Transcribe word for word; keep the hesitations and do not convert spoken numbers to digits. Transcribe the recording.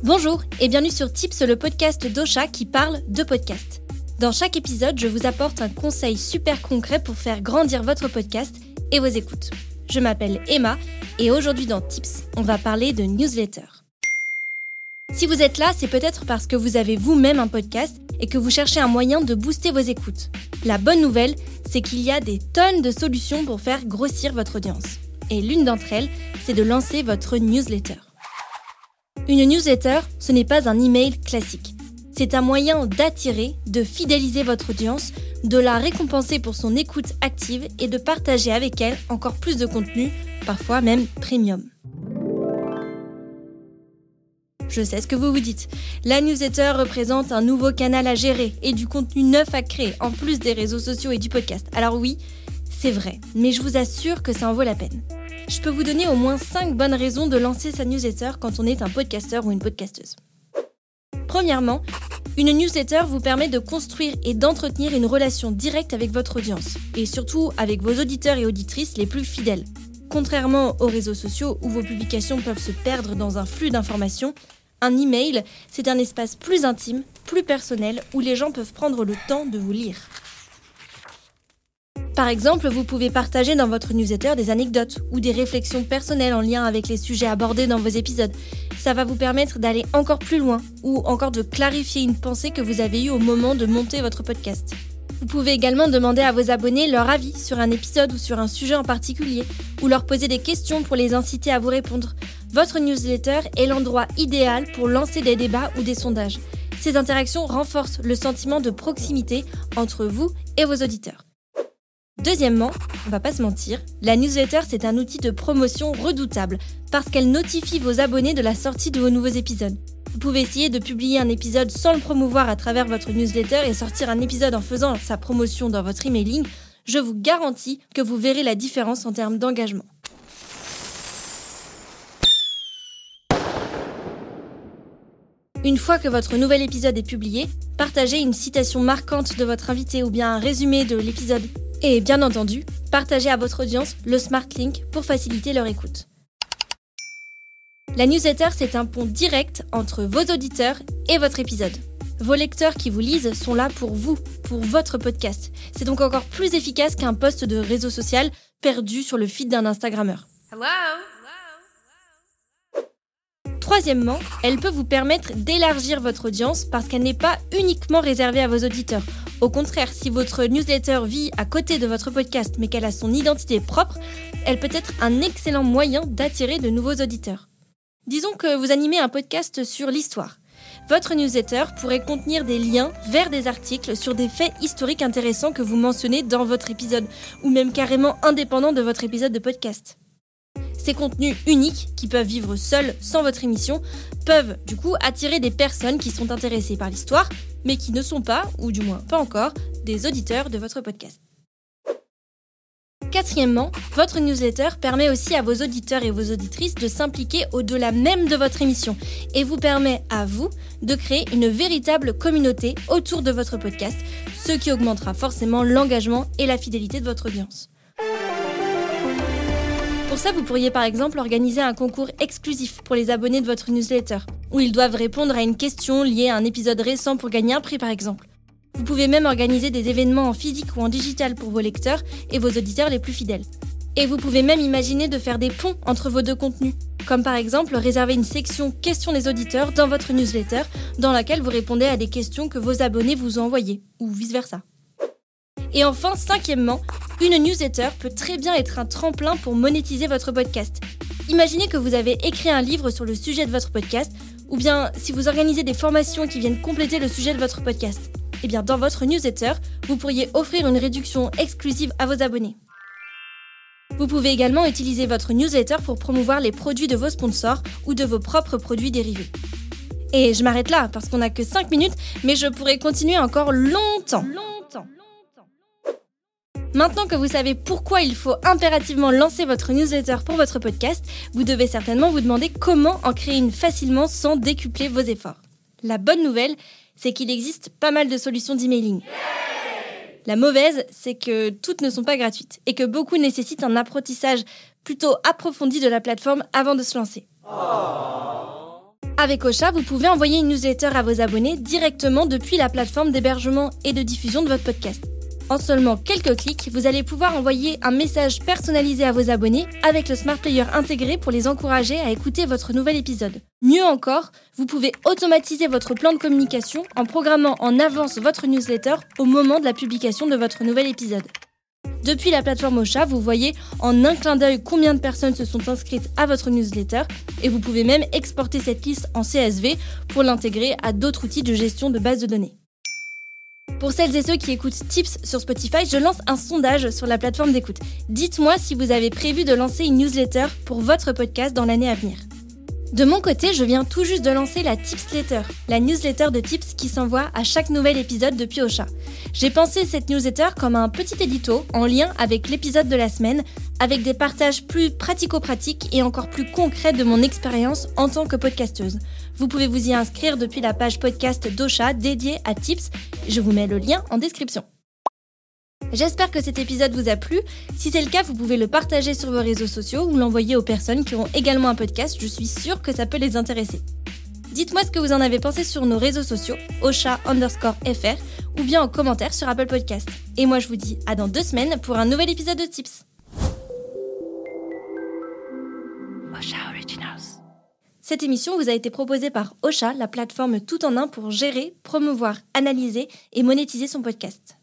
Bonjour et bienvenue sur Tips, le podcast d'Ocha qui parle de podcast. Dans chaque épisode, je vous apporte un conseil super concret pour faire grandir votre podcast et vos écoutes. Je m'appelle Emma et aujourd'hui dans Tips, on va parler de newsletter. Si vous êtes là, c'est peut-être parce que vous avez vous-même un podcast et que vous cherchez un moyen de booster vos écoutes. La bonne nouvelle, c'est qu'il y a des tonnes de solutions pour faire grossir votre audience. Et l'une d'entre elles, c'est de lancer votre newsletter. Une newsletter, ce n'est pas un email classique. C'est un moyen d'attirer, de fidéliser votre audience, de la récompenser pour son écoute active et de partager avec elle encore plus de contenu, parfois même premium. Je sais ce que vous vous dites. La newsletter représente un nouveau canal à gérer et du contenu neuf à créer, en plus des réseaux sociaux et du podcast. Alors oui, c'est vrai, mais je vous assure que ça en vaut la peine. Je peux vous donner au moins cinq bonnes raisons de lancer sa newsletter quand on est un podcasteur ou une podcasteuse. Premièrement, une newsletter vous permet de construire et d'entretenir une relation directe avec votre audience, et surtout avec vos auditeurs et auditrices les plus fidèles. Contrairement aux réseaux sociaux où vos publications peuvent se perdre dans un flux d'informations, un email, c'est un espace plus intime, plus personnel, où les gens peuvent prendre le temps de vous lire. Par exemple, vous pouvez partager dans votre newsletter des anecdotes ou des réflexions personnelles en lien avec les sujets abordés dans vos épisodes. Ça va vous permettre d'aller encore plus loin ou encore de clarifier une pensée que vous avez eue au moment de monter votre podcast. Vous pouvez également demander à vos abonnés leur avis sur un épisode ou sur un sujet en particulier ou leur poser des questions pour les inciter à vous répondre. Votre newsletter est l'endroit idéal pour lancer des débats ou des sondages. Ces interactions renforcent le sentiment de proximité entre vous et vos auditeurs. Deuxièmement, on va pas se mentir, la newsletter c'est un outil de promotion redoutable parce qu'elle notifie vos abonnés de la sortie de vos nouveaux épisodes. Vous pouvez essayer de publier un épisode sans le promouvoir à travers votre newsletter et sortir un épisode en faisant sa promotion dans votre emailing. Je vous garantis que vous verrez la différence en termes d'engagement. Une fois que votre nouvel épisode est publié, partagez une citation marquante de votre invité ou bien un résumé de l'épisode. Et bien entendu, partagez à votre audience le Smart Link pour faciliter leur écoute. La newsletter, c'est un pont direct entre vos auditeurs et votre épisode. Vos lecteurs qui vous lisent sont là pour vous, pour votre podcast. C'est donc encore plus efficace qu'un post de réseau social perdu sur le feed d'un Instagrammeur. Hello. Troisièmement, elle peut vous permettre d'élargir votre audience parce qu'elle n'est pas uniquement réservée à vos auditeurs. Au contraire, si votre newsletter vit à côté de votre podcast mais qu'elle a son identité propre, elle peut être un excellent moyen d'attirer de nouveaux auditeurs. Disons que vous animez un podcast sur l'histoire. Votre newsletter pourrait contenir des liens vers des articles sur des faits historiques intéressants que vous mentionnez dans votre épisode, ou même carrément indépendants de votre épisode de podcast. Ces contenus uniques, qui peuvent vivre seuls sans votre émission, peuvent du coup attirer des personnes qui sont intéressées par l'histoire, mais qui ne sont pas, ou du moins pas encore, des auditeurs de votre podcast. Quatrièmement, votre newsletter permet aussi à vos auditeurs et vos auditrices de s'impliquer au-delà même de votre émission et vous permet à vous de créer une véritable communauté autour de votre podcast, ce qui augmentera forcément l'engagement et la fidélité de votre audience. Pour ça, vous pourriez par exemple organiser un concours exclusif pour les abonnés de votre newsletter, où ils doivent répondre à une question liée à un épisode récent pour gagner un prix par exemple. Vous pouvez même organiser des événements en physique ou en digital pour vos lecteurs et vos auditeurs les plus fidèles. Et vous pouvez même imaginer de faire des ponts entre vos deux contenus, comme par exemple réserver une section questions des auditeurs dans votre newsletter, dans laquelle vous répondez à des questions que vos abonnés vous ont envoyées, ou vice-versa. Et enfin, cinquièmement, une newsletter peut très bien être un tremplin pour monétiser votre podcast. Imaginez que vous avez écrit un livre sur le sujet de votre podcast, ou bien si vous organisez des formations qui viennent compléter le sujet de votre podcast. Eh bien, dans votre newsletter, vous pourriez offrir une réduction exclusive à vos abonnés. Vous pouvez également utiliser votre newsletter pour promouvoir les produits de vos sponsors ou de vos propres produits dérivés. Et je m'arrête là, parce qu'on n'a que cinq minutes, mais je pourrais continuer encore longtemps. Longtemps. Maintenant que vous savez pourquoi il faut impérativement lancer votre newsletter pour votre podcast, vous devez certainement vous demander comment en créer une facilement sans décupler vos efforts. La bonne nouvelle, c'est qu'il existe pas mal de solutions d'emailing. La mauvaise, c'est que toutes ne sont pas gratuites et que beaucoup nécessitent un apprentissage plutôt approfondi de la plateforme avant de se lancer. Avec Ocha, vous pouvez envoyer une newsletter à vos abonnés directement depuis la plateforme d'hébergement et de diffusion de votre podcast. En seulement quelques clics, vous allez pouvoir envoyer un message personnalisé à vos abonnés avec le Smart Player intégré pour les encourager à écouter votre nouvel épisode. Mieux encore, vous pouvez automatiser votre plan de communication en programmant en avance votre newsletter au moment de la publication de votre nouvel épisode. Depuis la plateforme Ocha, vous voyez en un clin d'œil combien de personnes se sont inscrites à votre newsletter et vous pouvez même exporter cette liste en C S V pour l'intégrer à d'autres outils de gestion de base de données. Pour celles et ceux qui écoutent Tips sur Spotify, je lance un sondage sur la plateforme d'écoute. Dites-moi si vous avez prévu de lancer une newsletter pour votre podcast dans l'année à venir. De mon côté, je viens tout juste de lancer la Tipsletter, la newsletter de tips qui s'envoie à chaque nouvel épisode depuis Ocha. J'ai pensé cette newsletter comme un petit édito en lien avec l'épisode de la semaine, avec des partages plus pratico-pratiques et encore plus concrets de mon expérience en tant que podcasteuse. Vous pouvez vous y inscrire depuis la page podcast d'Ocha dédiée à Tips. Je vous mets le lien en description. J'espère que cet épisode vous a plu. Si c'est le cas, vous pouvez le partager sur vos réseaux sociaux ou l'envoyer aux personnes qui ont également un podcast. Je suis sûre que ça peut les intéresser. Dites-moi ce que vous en avez pensé sur nos réseaux sociaux, Ocha underscore F R, ou bien en commentaire sur Apple Podcast. Et moi, je vous dis à dans deux semaines pour un nouvel épisode de Tips. Ocha Originals. Cette émission vous a été proposée par Ocha, la plateforme tout en un pour gérer, promouvoir, analyser et monétiser son podcast.